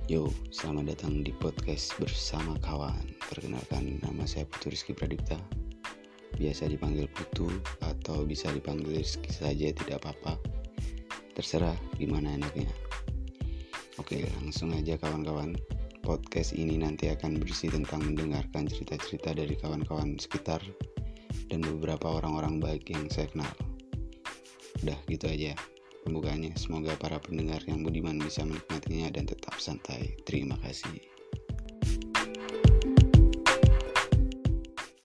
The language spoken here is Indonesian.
Yo, selamat datang di podcast bersama kawan. Perkenalkan, nama saya Putu Rizky Pradipta. Biasa dipanggil Putu atau bisa dipanggil Rizky saja, tidak apa-apa. Terserah gimana enaknya. Oke, langsung aja kawan-kawan. Podcast ini nanti akan berisi tentang mendengarkan cerita-cerita dari kawan-kawan sekitar dan beberapa orang-orang baik yang saya kenal. Udah gitu aja pembukaannya. Semoga para pendengar yang budiman bisa menikmatinya dan tetap santai. Terima kasih.